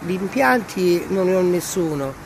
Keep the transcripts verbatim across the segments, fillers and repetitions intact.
Gli impianti non ne ho nessuno.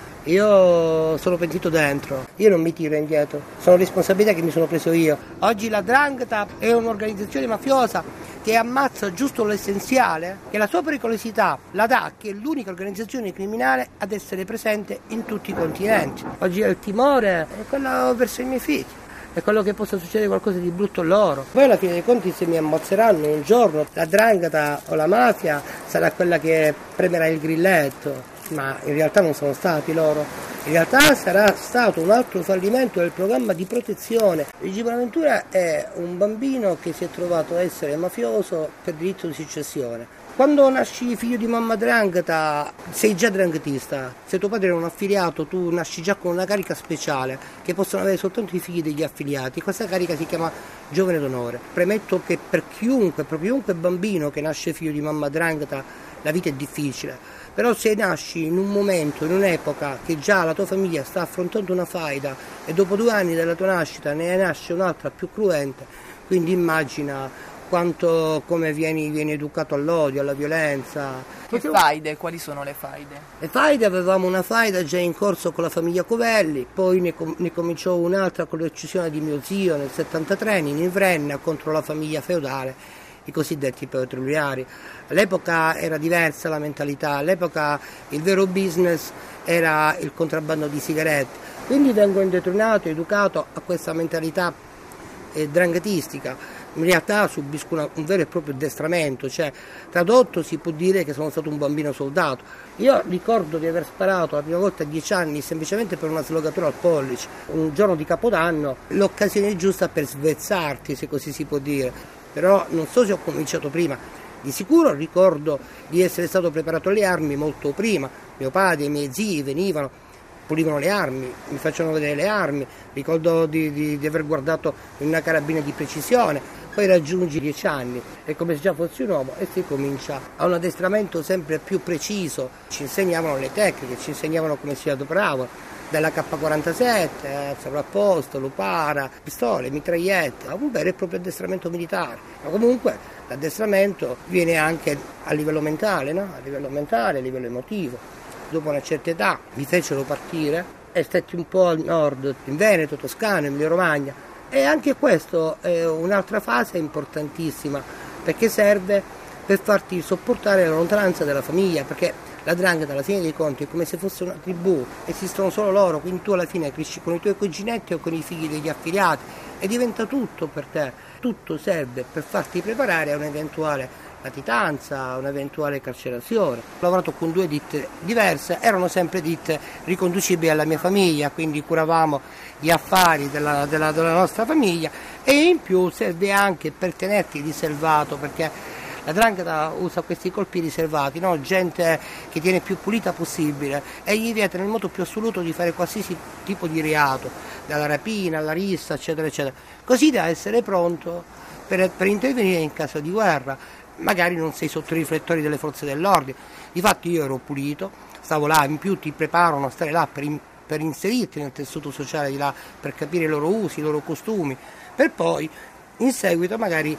Io sono pentito dentro, io non mi tiro indietro, sono responsabilità che mi sono preso io. Oggi la 'ndrangheta è un'organizzazione mafiosa che ammazza giusto l'essenziale, che la sua pericolosità la dà, che è l'unica organizzazione criminale ad essere presente in tutti i continenti. Oggi il timore è quello verso i miei figli, è quello che possa succedere qualcosa di brutto loro. Poi alla fine dei conti, se mi ammazzeranno un giorno, la 'ndrangheta o la mafia sarà quella che premerà il grilletto. Ma in realtà non sono stati loro, in realtà sarà stato un altro fallimento del programma di protezione. Luigi Bonaventura è un bambino che si è trovato a essere mafioso per diritto di successione. Quando nasci figlio di mamma 'ndrangheta sei già 'ndranghetista, se tuo padre è un affiliato tu nasci già con una carica speciale che possono avere soltanto i figli degli affiliati. Questa carica si chiama giovane d'onore. Premetto che per chiunque, per chiunque bambino che nasce figlio di mamma 'ndrangheta la vita è difficile. Però se nasci in un momento, in un'epoca che già la tua famiglia sta affrontando una faida e dopo due anni dalla tua nascita ne nasce un'altra più cruente, quindi immagina quanto, come vieni, vieni educato all'odio, alla violenza. Che faide? Quali sono le faide? Le faide, avevamo una faida già in corso con la famiglia Covelli, poi ne, com- ne cominciò un'altra con l'uccisione di mio zio nel settantatré in Invrenna contro la famiglia feudale, i cosiddetti petrolieri. All'epoca era diversa la mentalità, all'epoca il vero business era il contrabbando di sigarette, quindi vengo indetrinato, educato a questa mentalità eh, 'ndranghetistica. In realtà subisco una, un vero e proprio addestramento, cioè tradotto si può dire che sono stato un bambino soldato. Io ricordo di aver sparato la prima volta a dieci anni semplicemente per una slogatura al pollice, un giorno di Capodanno, l'occasione giusta per svezzarti, se così si può dire. Però non so se ho cominciato prima, di sicuro ricordo di essere stato preparato alle armi molto prima, mio padre e i miei zii venivano, pulivano le armi, mi facevano vedere le armi, ricordo di, di, di aver guardato in una carabina di precisione, poi raggiungi dieci anni, è come se già fossi un uomo e si comincia a un addestramento sempre più preciso, ci insegnavano le tecniche, ci insegnavano come si adoperavano, dalla K quarantasette, eh, sovrapposto, lupara, pistole, mitragliette, un vero e proprio addestramento militare. Ma comunque l'addestramento viene anche a livello mentale, no? A livello mentale, a livello emotivo. Dopo una certa età mi fecero partire e stetti un po' al nord, in Veneto, Toscana, Emilia Romagna. E anche questo è un'altra fase importantissima, perché serve per farti sopportare la lontananza della famiglia, perché la 'ndrangheta alla fine dei conti è come se fosse una tribù, esistono solo loro, quindi tu alla fine cresci con i tuoi cuginetti o con i figli degli affiliati e diventa tutto per te, tutto serve per farti preparare a un'eventuale latitanza, a un'eventuale carcerazione. Ho lavorato con due ditte diverse, erano sempre ditte riconducibili alla mia famiglia, quindi curavamo gli affari della, della, della nostra famiglia e in più serve anche per tenerti riservato, perché la 'ndrangheta usa questi colpi riservati, no? Gente che tiene più pulita possibile e gli vieta nel modo più assoluto di fare qualsiasi tipo di reato, dalla rapina alla rissa, eccetera, eccetera, così da essere pronto per, per intervenire in caso di guerra. Magari non sei sotto i riflettori delle forze dell'ordine, difatti io ero pulito, stavo là, in più ti preparano a stare là per, in, per inserirti nel tessuto sociale di là, per capire i loro usi, i loro costumi, per poi in seguito magari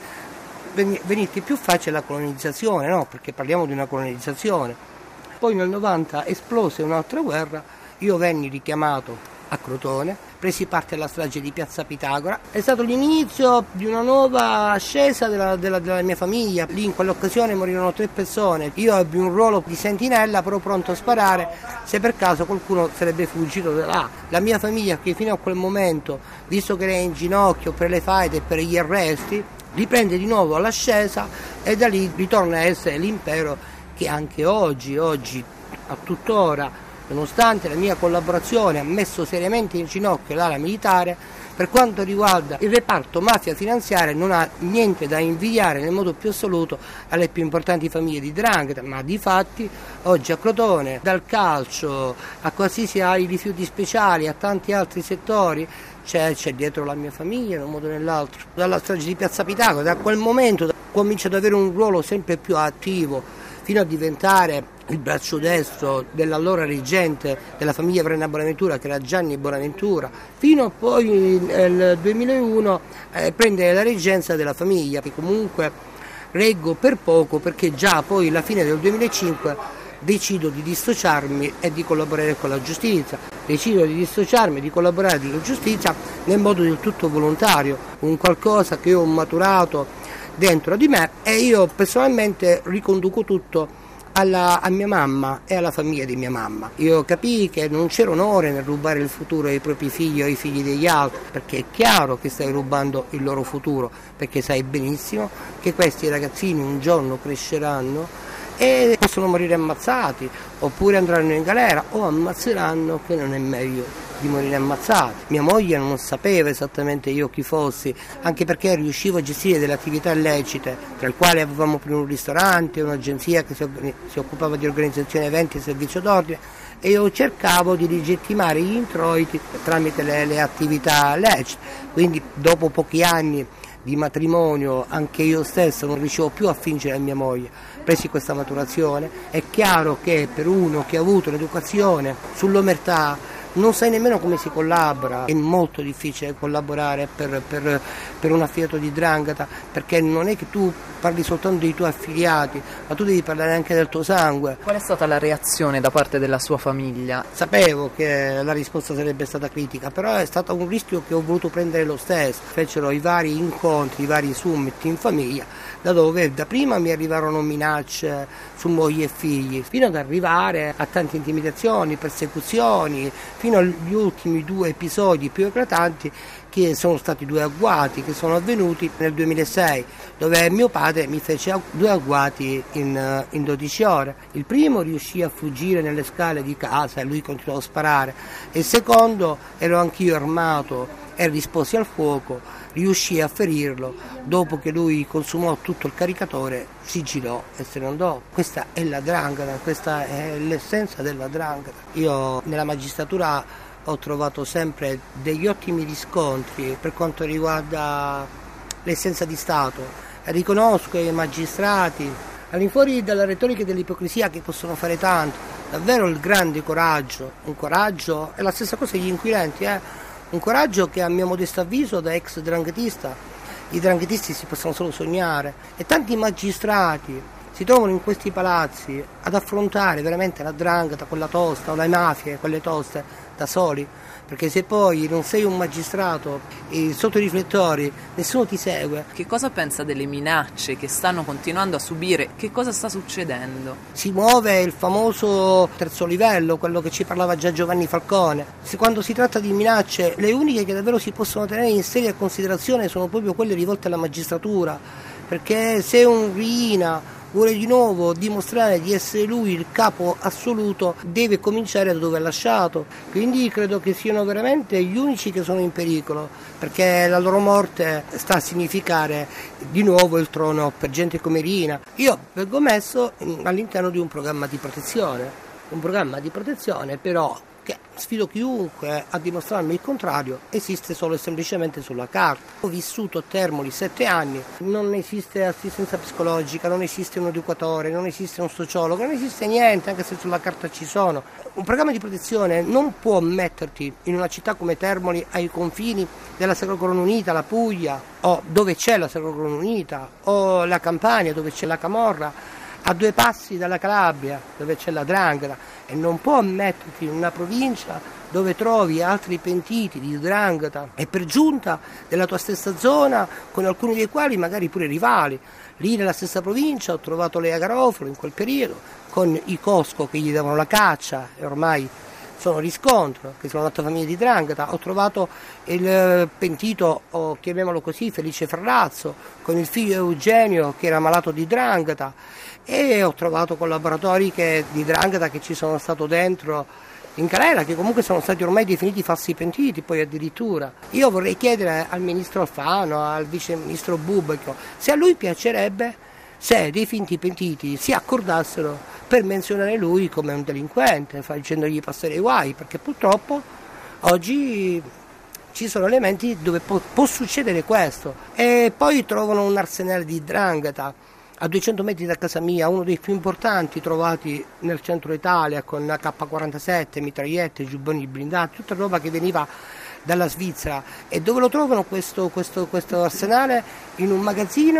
venirti più facile la colonizzazione, no? Perché parliamo di una colonizzazione. Poi nel novanta esplose un'altra guerra, io venni richiamato a Crotone, presi parte alla strage di Piazza Pitagora, è stato l'inizio di una nuova ascesa della, della, della mia famiglia. Lì in quell'occasione morirono tre persone, io ebbi un ruolo di sentinella però pronto a sparare se per caso qualcuno sarebbe fuggito da là. La mia famiglia, che fino a quel momento, visto che era in ginocchio per le faide e per gli arresti, riprende di nuovo l'ascesa e da lì ritorna a essere l'impero che anche oggi, oggi a tuttora, nonostante la mia collaborazione, ha messo seriamente in ginocchio l'ala militare. Per quanto riguarda il reparto mafia finanziaria non ha niente da invidiare nel modo più assoluto alle più importanti famiglie di 'ndrangheta, ma di fatti oggi a Crotone, dal calcio a qualsiasi ai rifiuti speciali, a tanti altri settori, C'è, c'è dietro la mia famiglia in un modo o nell'altro. Dalla strage di Piazza Pitagora, da quel momento comincia ad avere un ruolo sempre più attivo fino a diventare il braccio destro dell'allora reggente della famiglia Vrenna Bonaventura, che era Gianni Bonaventura, fino a poi nel duemilauno eh, prendere la reggenza della famiglia, che comunque reggo per poco, perché già poi alla fine del duemilacinque decido di dissociarmi e di collaborare con la giustizia. Decido di dissociarmi e di collaborare con la giustizia nel modo del tutto volontario, un qualcosa che ho maturato dentro di me, e io personalmente riconduco tutto alla, a mia mamma e alla famiglia di mia mamma. Io capii che non c'era onore nel rubare il futuro ai propri figli o ai figli degli altri, perché è chiaro che stai rubando il loro futuro, perché sai benissimo che questi ragazzini un giorno cresceranno e possono morire ammazzati, oppure andranno in galera o ammazzeranno, che non è meglio di morire ammazzati. Mia moglie non sapeva esattamente io chi fossi, anche perché riuscivo a gestire delle attività illecite, tra le quali avevamo prima un ristorante, un'agenzia che si, si occupava di organizzazione eventi e servizio d'ordine, e io cercavo di legittimare gli introiti tramite le, le attività lecite. Quindi dopo pochi anni di matrimonio anche io stesso non riuscivo più a fingere a mia moglie, presi questa maturazione. È chiaro che per uno che ha avuto un'educazione sull'omertà non sai nemmeno come si collabora, è molto difficile collaborare per, per, per un affiliato di 'ndrangheta, perché non è che tu parli soltanto dei tuoi affiliati, ma tu devi parlare anche del tuo sangue. Qual è stata la reazione da parte della sua famiglia? Sapevo che la risposta sarebbe stata critica, però è stato un rischio che ho voluto prendere lo stesso. Fecero i vari incontri, i vari summit in famiglia, da dove da prima mi arrivarono minacce su moglie e figli, fino ad arrivare a tante intimidazioni, persecuzioni, fino agli ultimi due episodi più eclatanti, che sono stati due agguati che sono avvenuti nel duemilasei, dove mio padre mi fece due agguati in, in dodici ore. Il primo riuscì a fuggire nelle scale di casa e lui continuò a sparare, e il secondo ero anch'io armato e risposi al fuoco, riuscì a ferirlo. Dopo che lui consumò tutto il caricatore, si girò e se ne andò. Questa è la 'ndrangheta, questa è l'essenza della 'ndrangheta. Io nella magistratura ho trovato sempre degli ottimi riscontri per quanto riguarda l'essenza di Stato. Riconosco i magistrati, all'infuori della retorica e dell'ipocrisia, che possono fare tanto, davvero il grande coraggio, un coraggio, è la stessa cosa degli inquirenti, eh? Un coraggio che a mio modesto avviso, da ex 'ndranghetista, i 'ndranghetisti si possono solo sognare, e tanti magistrati si trovano in questi palazzi ad affrontare veramente la 'ndrangheta, quella tosta, o le mafie, quelle toste, da soli, perché se poi non sei un magistrato e sotto i riflettori nessuno ti segue. Che cosa pensa delle minacce che stanno continuando a subire? Che cosa sta succedendo? Si muove il famoso terzo livello, quello che ci parlava già Giovanni Falcone. Se quando si tratta di minacce, le uniche che davvero si possono tenere in seria considerazione sono proprio quelle rivolte alla magistratura, perché se un Riina vuole di nuovo dimostrare di essere lui il capo assoluto, deve cominciare da dove ha lasciato. Quindi credo che siano veramente gli unici che sono in pericolo, perché la loro morte sta a significare di nuovo il trono per gente come Riina. Io vengo messo all'interno di un programma di protezione, un programma di protezione però che sfido chiunque a dimostrarmi il contrario, esiste solo e semplicemente sulla carta. Ho vissuto a Termoli sette anni, non esiste assistenza psicologica, non esiste un educatore, non esiste un sociologo, non esiste niente, anche se sulla carta ci sono. Un programma di protezione non può metterti in una città come Termoli, ai confini della Sacra Corona Unita, la Puglia, o dove c'è la Sacra Corona Unita, o la Campania dove c'è la Camorra, a due passi dalla Calabria dove c'è la 'ndrangheta, e non può metterti in una provincia dove trovi altri pentiti di 'ndrangheta e per giunta della tua stessa zona, con alcuni dei quali magari pure rivali. Lì nella stessa provincia ho trovato Lea Garofalo in quel periodo con i Cosco che gli davano la caccia, e ormai sono riscontro che sono un'altra famiglia di 'ndrangheta. Ho trovato il pentito, o chiamiamolo così, Felice Ferrazzo, con il figlio Eugenio che era malato di 'ndrangheta, e ho trovato collaboratori che, di 'ndrangheta che ci sono stato dentro in galera, che comunque sono stati ormai definiti falsi pentiti, poi addirittura. Io vorrei chiedere al ministro Alfano, al vice ministro Bubbico, se a lui piacerebbe se dei finti pentiti si accordassero per menzionare lui come un delinquente, facendogli passare i guai, perché purtroppo oggi ci sono elementi dove può, può succedere questo. E poi trovano un arsenale di 'ndrangheta a duecento metri da casa mia, uno dei più importanti trovati nel centro Italia, con K quarantasette, mitragliette, giubboni blindati, tutta roba che veniva dalla Svizzera. E dove lo trovano questo, questo, questo arsenale? In un magazzino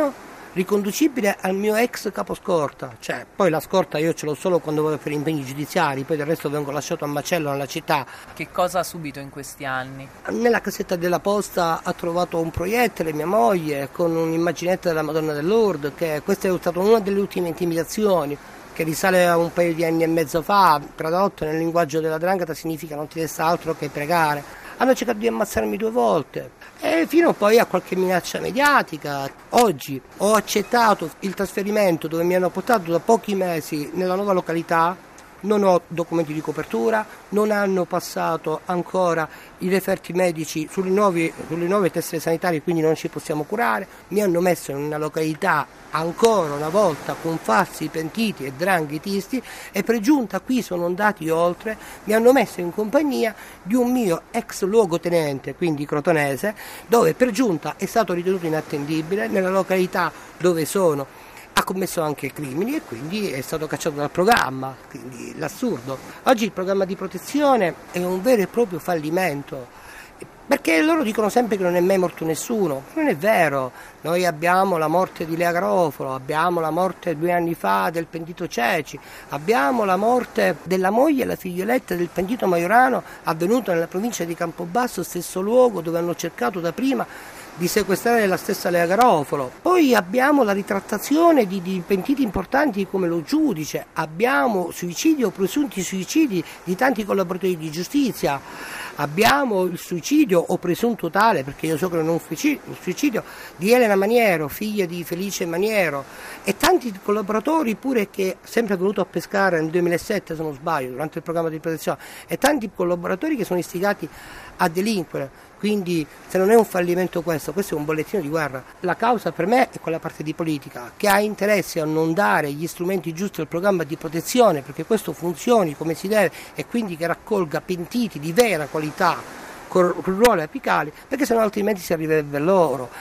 riconducibile al mio ex caposcorta, cioè poi la scorta io ce l'ho solo quando vado per impegni giudiziari, poi del resto vengo lasciato a macello nella città. Che cosa ha subito in questi anni? Nella cassetta della posta ha trovato un proiettile mia moglie con un'immaginetta della Madonna del Lourdes, che questa è stata una delle ultime intimidazioni, che risale a un paio di anni e mezzo fa, tradotto nel linguaggio della 'ndrangheta significa non ti resta altro che pregare. Hanno cercato di ammazzarmi due volte e fino poi a qualche minaccia mediatica. Oggi ho accettato il trasferimento dove mi hanno portato da pochi mesi nella nuova località, non ho documenti di copertura, non hanno passato ancora i referti medici sulle nuove, sulle nuove tessere sanitarie, quindi non ci possiamo curare, mi hanno messo in una località ancora una volta con falsi pentiti e dranghetisti e per giunta qui sono andati oltre, mi hanno messo in compagnia di un mio ex luogotenente, quindi crotonese, dove per giunta è stato ritenuto inattendibile, nella località dove sono ha commesso anche crimini e quindi è stato cacciato dal programma, quindi l'assurdo. Oggi il programma di protezione è un vero e proprio fallimento, perché loro dicono sempre che non è mai morto nessuno, non è vero. Noi abbiamo la morte di Lea Garofalo, abbiamo la morte due anni fa del pentito Ceci, abbiamo la morte della moglie e la figlioletta del pentito Majorano avvenuta nella provincia di Campobasso, stesso luogo dove hanno cercato da prima di sequestrare la stessa Lea Garofalo. Poi abbiamo la ritrattazione di, di pentiti importanti come lo giudice, abbiamo suicidi o presunti suicidi di tanti collaboratori di giustizia, abbiamo il suicidio o presunto tale, perché io so che non è un suicidio, un suicidio di Elena Maniero, figlia di Felice Maniero, e tanti collaboratori pure che sempre venuto a pescare nel duemilasette se non sbaglio, durante il programma di protezione, e tanti collaboratori che sono istigati a delinquere. Quindi se non è un fallimento questo, questo è un bollettino di guerra. La causa per me è quella parte di politica che ha interesse a non dare gli strumenti giusti al programma di protezione perché questo funzioni come si deve e quindi che raccolga pentiti di vera qualità con ruoli apicali, perché sennò altrimenti si arriverebbe a loro.